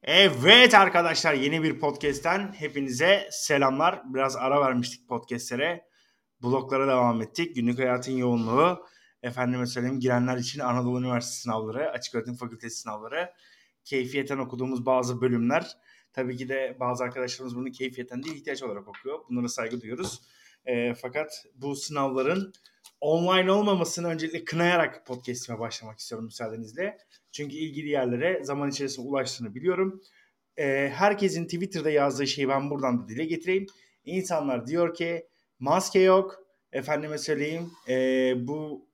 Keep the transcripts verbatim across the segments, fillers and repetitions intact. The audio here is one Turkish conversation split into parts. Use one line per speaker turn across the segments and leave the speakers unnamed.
Evet arkadaşlar, yeni bir podcast'ten hepinize selamlar. Biraz ara vermiştik podcast'lere. Bloklara devam ettik. Günlük hayatın yoğunluğu. Efendime söyleyeyim, girenler için Anadolu Üniversitesi sınavları, Açıköğretim Fakültesi sınavları, keyfiyeten okuduğumuz bazı bölümler. Tabii ki de bazı arkadaşlarımız bunu keyfiyeten değil, ihtiyaç olarak okuyor. Bunlara saygı duyuyoruz. E, fakat bu sınavların online olmamasını öncelikle kınayarak podcast'ime başlamak istiyorum müsaadenizle. Çünkü ilgili yerlere zaman içerisinde ulaştığını biliyorum. E, herkesin Twitter'da yazdığı şeyi ben buradan da dile getireyim. İnsanlar diyor ki maske yok. Efendime söyleyeyim e, bu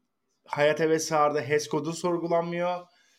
hayat ve sağırda H E S kodu sorgulanmıyor.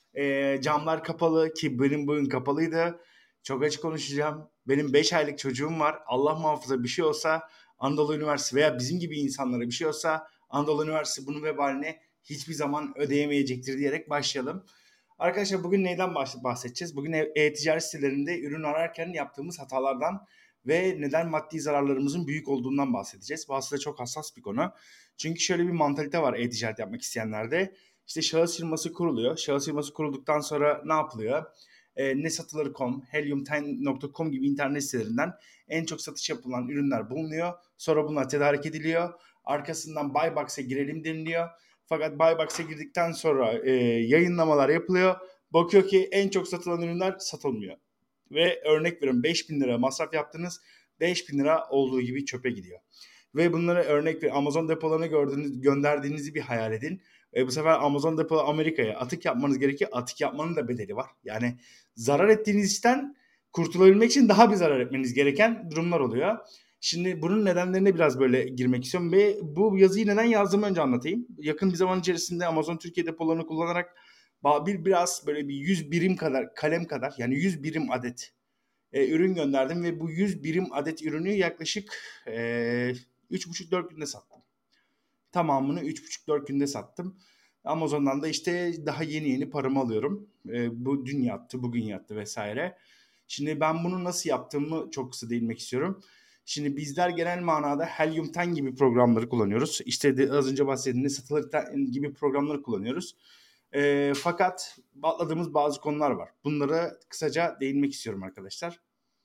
E, camlar kapalı ki benim bugün kapalıydı. Çok açık konuşacağım. Benim beş aylık çocuğum var. Allah muhafaza bir şey olsa Anadolu Üniversitesi veya bizim gibi insanlara bir şey olsa Anadolu Üniversitesi bunun vebalini hiçbir zaman ödeyemeyecektir diyerek başlayalım. Arkadaşlar bugün neyden bahsedeceğiz? Bugün e-ticaret sitelerinde ürün ararken yaptığımız hatalardan ve neden maddi zararlarımızın büyük olduğundan bahsedeceğiz. Bu aslında çok hassas bir konu. Çünkü şöyle bir mantalite var e-ticaret yapmak isteyenlerde. İşte şahıs firması kuruluyor. Şahıs firması kurulduktan sonra ne yapılıyor? E, nesatılır nokta com, helium on nokta com gibi internet sitelerinden en çok satış yapılan ürünler bulunuyor. Sonra bunlar tedarik ediliyor. Arkasından Buy Box'a girelim deniliyor. Fakat Buy Box'a girdikten sonra e, yayınlamalar yapılıyor. Bakıyor ki en çok satılan ürünler satılmıyor. Ve örnek veriyorum, beş bin lira masraf yaptınız, beş bin lira olduğu gibi çöpe gidiyor. Ve bunları örnek ver, Amazon depolarına gördüğünüz, gönderdiğinizi bir hayal edin. E bu sefer Amazon depo Amerika'ya atık yapmanız gerekiyor. Atık yapmanın da bedeli var. Yani zarar ettiğiniz işten kurtulabilmek için daha bir zarar etmeniz gereken durumlar oluyor. Şimdi bunun nedenlerine biraz böyle girmek istiyorum ve bu yazıyı neden yazdığımı önce anlatayım. Yakın bir zaman içerisinde Amazon Türkiye depolarını kullanarak bir biraz böyle bir yüz birim kadar, kalem kadar, yani yüz birim adet e, ürün gönderdim ve bu yüz birim adet ürünü yaklaşık e, üç buçuk dört günde sattım. Tamamını üç buçuk dört günde sattım. Amazon'dan da işte daha yeni yeni paramı alıyorum. E, bu dün yattı, bugün yattı vesaire. Şimdi ben bunu nasıl yaptığımı çok kısa değinmek istiyorum. Şimdi bizler genel manada Helium on gibi programları kullanıyoruz. İşte de az önce bahsettiğim satılık gibi programları kullanıyoruz. E, fakat atladığımız bazı konular var. Bunlara kısaca değinmek istiyorum arkadaşlar.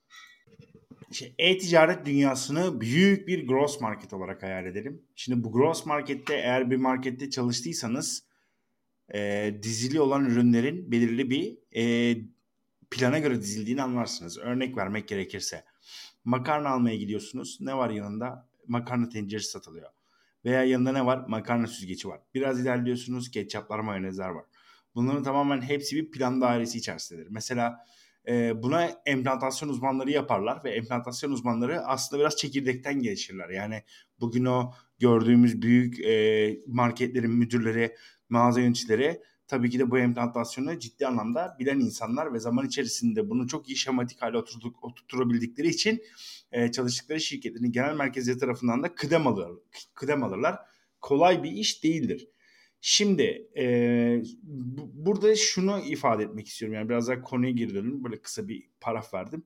İşte e-ticaret dünyasını büyük bir gross market olarak hayal edelim. Şimdi bu gross markette, eğer bir markette çalıştıysanız e, dizili olan ürünlerin belirli bir e, plana göre dizildiğini anlarsınız. Örnek vermek gerekirse makarna almaya gidiyorsunuz. Ne var yanında? Makarna tenceresi satılıyor. Veya yanında ne var? Makarna süzgeci var. Biraz ilerliyorsunuz, ketçaplar, mayonezler var. Bunların tamamen hepsi bir plan dairesi içerisindedir. Mesela e, buna emplantasyon uzmanları yaparlar ve emplantasyon uzmanları aslında biraz çekirdekten gelişirler. Yani bugün o gördüğümüz büyük e, marketlerin müdürleri, mağaza yöneticileri tabii ki de bu emplantasyonu ciddi anlamda bilen insanlar ve zaman içerisinde bunu çok iyi şematik hale oturduk, oturtturabildikleri için e, çalıştıkları şirketlerin genel merkezleri tarafından da kıdem alırlar. Kıdem alırlar. Kolay bir iş değildir. Şimdi e, bu, burada şunu ifade etmek istiyorum. Yani biraz daha konuya geri dönelim. Böyle kısa bir paraf verdim.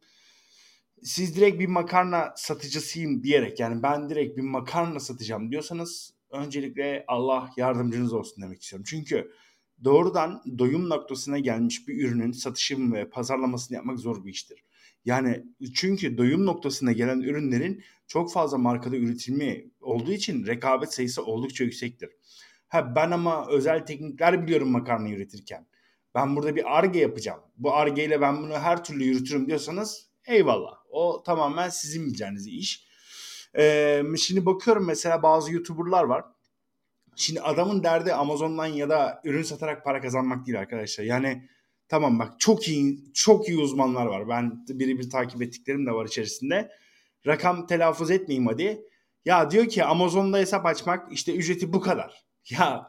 Siz direkt bir makarna satıcısıyım diyerek, yani ben direkt bir makarna satacağım diyorsanız öncelikle Allah yardımcınız olsun demek istiyorum. Çünkü doğrudan doyum noktasına gelmiş bir ürünün satışını ve pazarlamasını yapmak zor bir iştir. Yani çünkü doyum noktasına gelen ürünlerin çok fazla markada üretilme olduğu için rekabet sayısı oldukça yüksektir. Ha, ben ama özel teknikler biliyorum makarna üretirken. Ben burada bir Ar-Ge yapacağım. Bu Ar-Ge ile ben bunu her türlü yürütürüm diyorsanız eyvallah. O tamamen sizin bileceğiniz iş. Ee, şimdi bakıyorum mesela bazı YouTuber'lar var. Şimdi adamın derdi Amazon'dan ya da ürün satarak para kazanmak değil arkadaşlar. Yani tamam bak, çok iyi çok iyi uzmanlar var. Ben biri bir takip ettiklerim de var içerisinde. Rakam telaffuz etmeyeyim hadi. Ya diyor ki Amazon'da hesap açmak işte ücreti bu kadar. Ya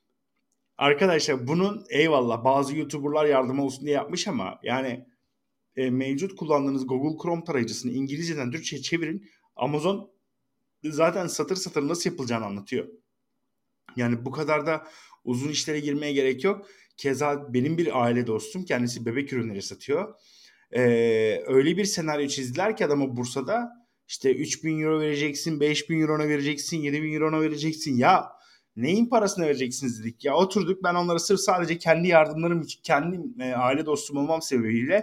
arkadaşlar bunun eyvallah bazı YouTuber'lar yardım olsun diye yapmış ama yani e, mevcut kullandığınız Google Chrome tarayıcısını İngilizceden Türkçe'ye çevirin. Amazon zaten satır satır nasıl yapılacağını anlatıyor. Yani bu kadar da uzun işlere girmeye gerek yok. Keza benim bir aile dostum, kendisi bebek ürünleri satıyor. Ee, öyle bir senaryo çizdiler ki adama Bursa'da işte üç bin euro vereceksin, beş bin euro vereceksin, yedi bin euro vereceksin. Ya neyin parasını vereceksiniz dedik. Ya oturduk, ben onlara sırf sadece kendi yardımlarım için, kendi e, aile dostum olmam sebebiyle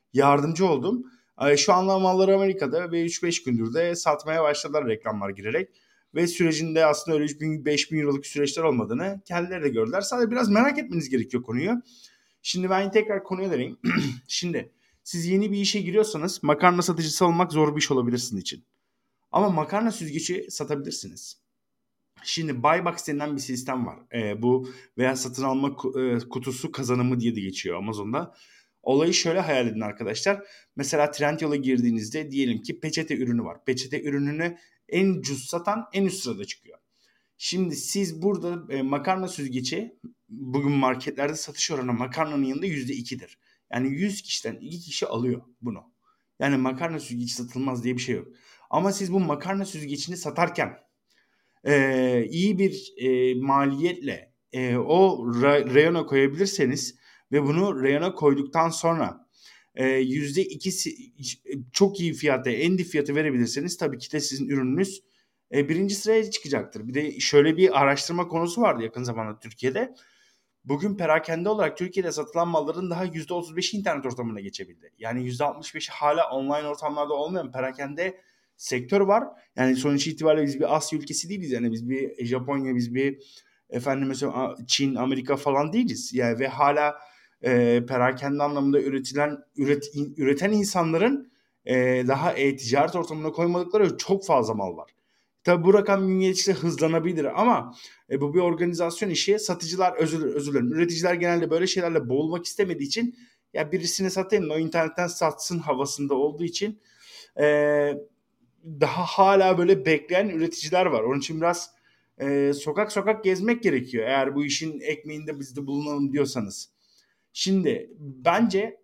yardımcı oldum. E, Şu anda malları Amerika'da ve üç beş gündür de satmaya başladılar reklamlar girerek. Ve sürecinde aslında öyle üç bin beş bin euroluk süreçler olmadığını kendileri de gördüler. Sadece biraz merak etmeniz gerekiyor konuyu. Şimdi ben tekrar konuya döneyim. Şimdi siz yeni bir işe giriyorsanız makarna satıcısı olmak zor bir iş olabilir sizin için. Ama makarna süzgeci satabilirsiniz. Şimdi buy box denilen bir sistem var. Ee, bu veya satın alma ku- e, kutusu kazanımı diye de geçiyor Amazon'da. Olayı şöyle hayal edin arkadaşlar. Mesela Trendyol'a girdiğinizde diyelim ki peçete ürünü var. Peçete ürününü en ucuz satan en üst sırada çıkıyor. Şimdi siz burada e, makarna süzgeci bugün marketlerde satış oranı makarnanın yanında yüzde ikidir. Yani yüz kişiden iki kişi alıyor bunu. Yani makarna süzgeci satılmaz diye bir şey yok. Ama siz bu makarna süzgecini satarken e, iyi bir e, maliyetle e, o ra- reyona koyabilirseniz ve bunu reyona koyduktan sonra e, yüzde ikisi çok iyi fiyata, en dip fiyatı verebilirseniz tabii ki de sizin ürününüz e, birinci sıraya çıkacaktır. Bir de şöyle bir araştırma konusu vardı yakın zamanda Türkiye'de. Bugün perakende olarak Türkiye'de satılan malların daha yüzde otuz beşi internet ortamına geçebildi. Yani yüzde altmış beşi hala online ortamlarda olmayan perakende sektör var. Yani sonuç itibariyle biz bir Asya ülkesi değiliz. Yani biz bir Japonya, biz bir efendim mesela Çin, Amerika falan değiliz. Yani ve hala e, perakende anlamında üretilen üret, üreten insanların e, daha e-ticaret ortamına koymadıkları çok fazla mal var. Tabi bu rakam gün geçtikçe hızlanabilir ama e, bu bir organizasyon işi. Satıcılar özür, özür dilerim. Üreticiler genelde böyle şeylerle boğulmak istemediği için ya birisine satayım da o internetten satsın havasında olduğu için e, daha hala böyle bekleyen üreticiler var. Onun için biraz e, sokak sokak gezmek gerekiyor. Eğer bu işin ekmeğinde biz de bulunalım diyorsanız. Şimdi bence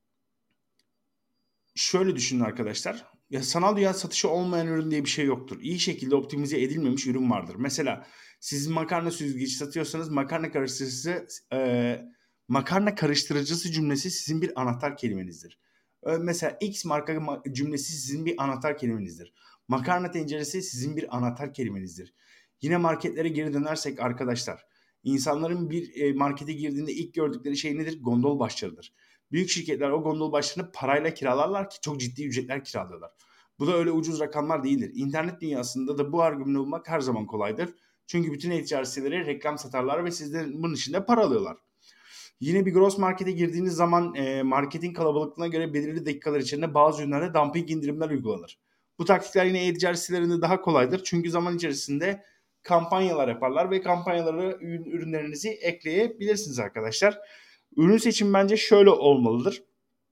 şöyle düşünün arkadaşlar. Ya sanal dünya satışı olmayan ürün diye bir şey yoktur. İyi şekilde optimize edilmemiş ürün vardır. Mesela siz makarna süzgeci satıyorsanız makarna karıştırıcısı e, makarna karıştırıcısı cümlesi sizin bir anahtar kelimenizdir. E, mesela X marka ma- cümlesi sizin bir anahtar kelimenizdir. Makarna tenceresi sizin bir anahtar kelimenizdir. Yine marketlere geri dönersek arkadaşlar, insanların bir e, markete girdiğinde ilk gördükleri şey nedir? Gondol başlarıdır. Büyük şirketler o gondol başlarını parayla kiralarlar ki çok ciddi ücretler kiralıyorlar. Bu da öyle ucuz rakamlar değildir. İnternet dünyasında da bu argümeni bulmak her zaman kolaydır. Çünkü bütün e-ticaret siteleri reklam satarlar ve sizden bunun için de para alıyorlar. Yine bir gross markete girdiğiniz zaman e, marketin kalabalıklığına göre belirli dakikalar içinde bazı ürünlerde dumping indirimler uygulanır. Bu taktikler yine e-ticaret sitelerinde daha kolaydır. Çünkü zaman içerisinde kampanyalar yaparlar ve kampanyaları ürünlerinizi ekleyebilirsiniz arkadaşlar. Ürün seçim bence şöyle olmalıdır.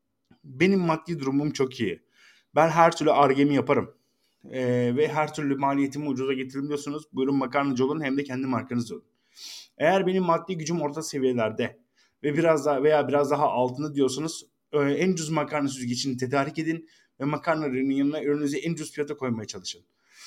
Benim maddi durumum çok iyi. Ben her türlü Ar-Ge'mi yaparım. Ee, ve her türlü maliyetimi ucuza getirin diyorsunuz. Buyurun makarnacı olun hem de kendi markanız olun. Eğer benim maddi gücüm orta seviyelerde ve biraz daha veya biraz daha altında diyorsanız e, en ucuz makarna süzgecini tedarik edin ve makarna ürünün yanına ürününüzü en ucuz fiyata koymaya çalışın.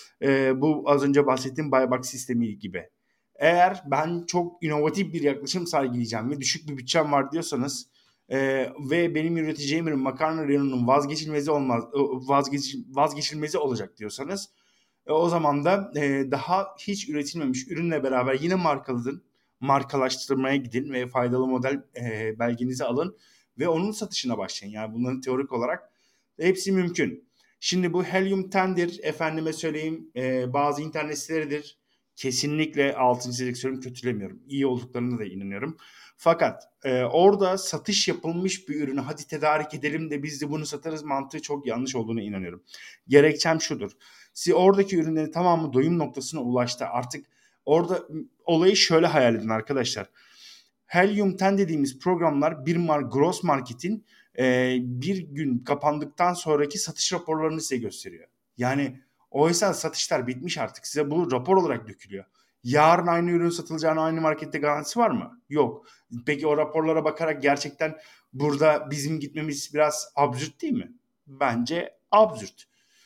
Ee, bu az önce bahsettiğim buyback sistemi gibi. Eğer ben çok inovatif bir yaklaşım sergileyeceğim ve düşük bir bütçem var diyorsanız e, ve benim üreteceğim ürün makarna reyonunun vazgeçilmezi olmaz e, vazgeç, vazgeçilmezi olacak diyorsanız e, o zaman da e, daha hiç üretilmemiş ürünle beraber yine markaladın, markalaştırmaya gidin ve faydalı model e, belgenizi alın ve onun satışına başlayın. Yani bunların teorik olarak hepsi mümkün. Şimdi bu Helium on'dir, efendime söyleyeyim e, bazı internet siteleridir. Kesinlikle altını çizerek söylüyorum, kötülemiyorum. İyi olduklarına da inanıyorum. Fakat e, orada satış yapılmış bir ürünü hadi tedarik edelim de biz de bunu satarız mantığı çok yanlış olduğuna inanıyorum. Gerekçem şudur. Siz oradaki ürünlerin tamamı doyum noktasına ulaştı. Artık orada olayı şöyle hayal edin arkadaşlar. Helium on dediğimiz programlar bir mar gross marketin e, bir gün kapandıktan sonraki satış raporlarını size gösteriyor. Yani oysa satışlar bitmiş artık. Size bu rapor olarak dökülüyor. Yarın aynı ürün satılacağına aynı markette garantisi var mı? Yok. Peki o raporlara bakarak gerçekten burada bizim gitmemiz biraz absürt değil mi? Bence absürt.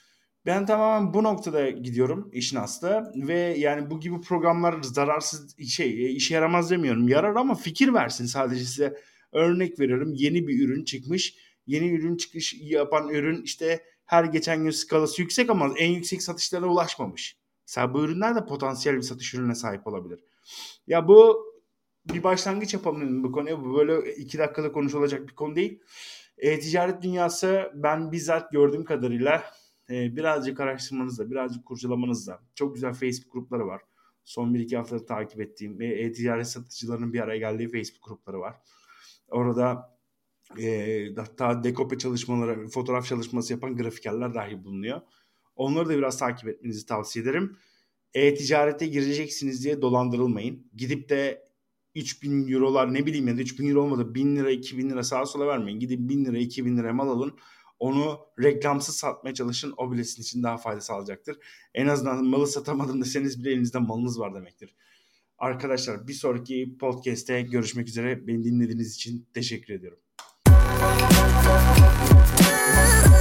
Ben tamamen bu noktada gidiyorum işin aslı ve yani bu gibi programlar zararsız şey e, işe yaramaz demiyorum. Yarar ama fikir versin sadece size. Örnek veriyorum yeni bir ürün çıkmış. Yeni ürün çıkış yapan ürün işte her geçen gün skalası yüksek ama en yüksek satışlara ulaşmamış. Mesela bu ürünler de potansiyel bir satış ürüne sahip olabilir. Ya bu bir başlangıç yapalım dedim bu konuya. Bu böyle iki dakikada konuşulacak bir konu değil. E-ticaret dünyası, ben bizzat gördüğüm kadarıyla e, birazcık araştırmanızla, birazcık kurcalamanızla, çok güzel Facebook grupları var. Son bir iki haftada takip ettiğim ve e-ticaret satıcılarının bir araya geldiği Facebook grupları var. Orada e, hatta dekope çalışmaları, fotoğraf çalışması yapan grafikerler dahi bulunuyor. Onları da biraz takip etmenizi tavsiye ederim. E-ticarete gireceksiniz diye dolandırılmayın. Gidip de üç bin eurolar, ne bileyim ya da üç bin euro olmadı, bin lira iki bin lira sağa sola vermeyin. Gidin bin lira iki bin lira mal alın. Onu reklamsız satmaya çalışın. O bile sizin için daha fayda sağlayacaktır. En azından malı satamadım deseniz bile elinizde malınız var demektir. Arkadaşlar, bir sonraki podcast'te görüşmek üzere. Beni dinlediğiniz için teşekkür ediyorum.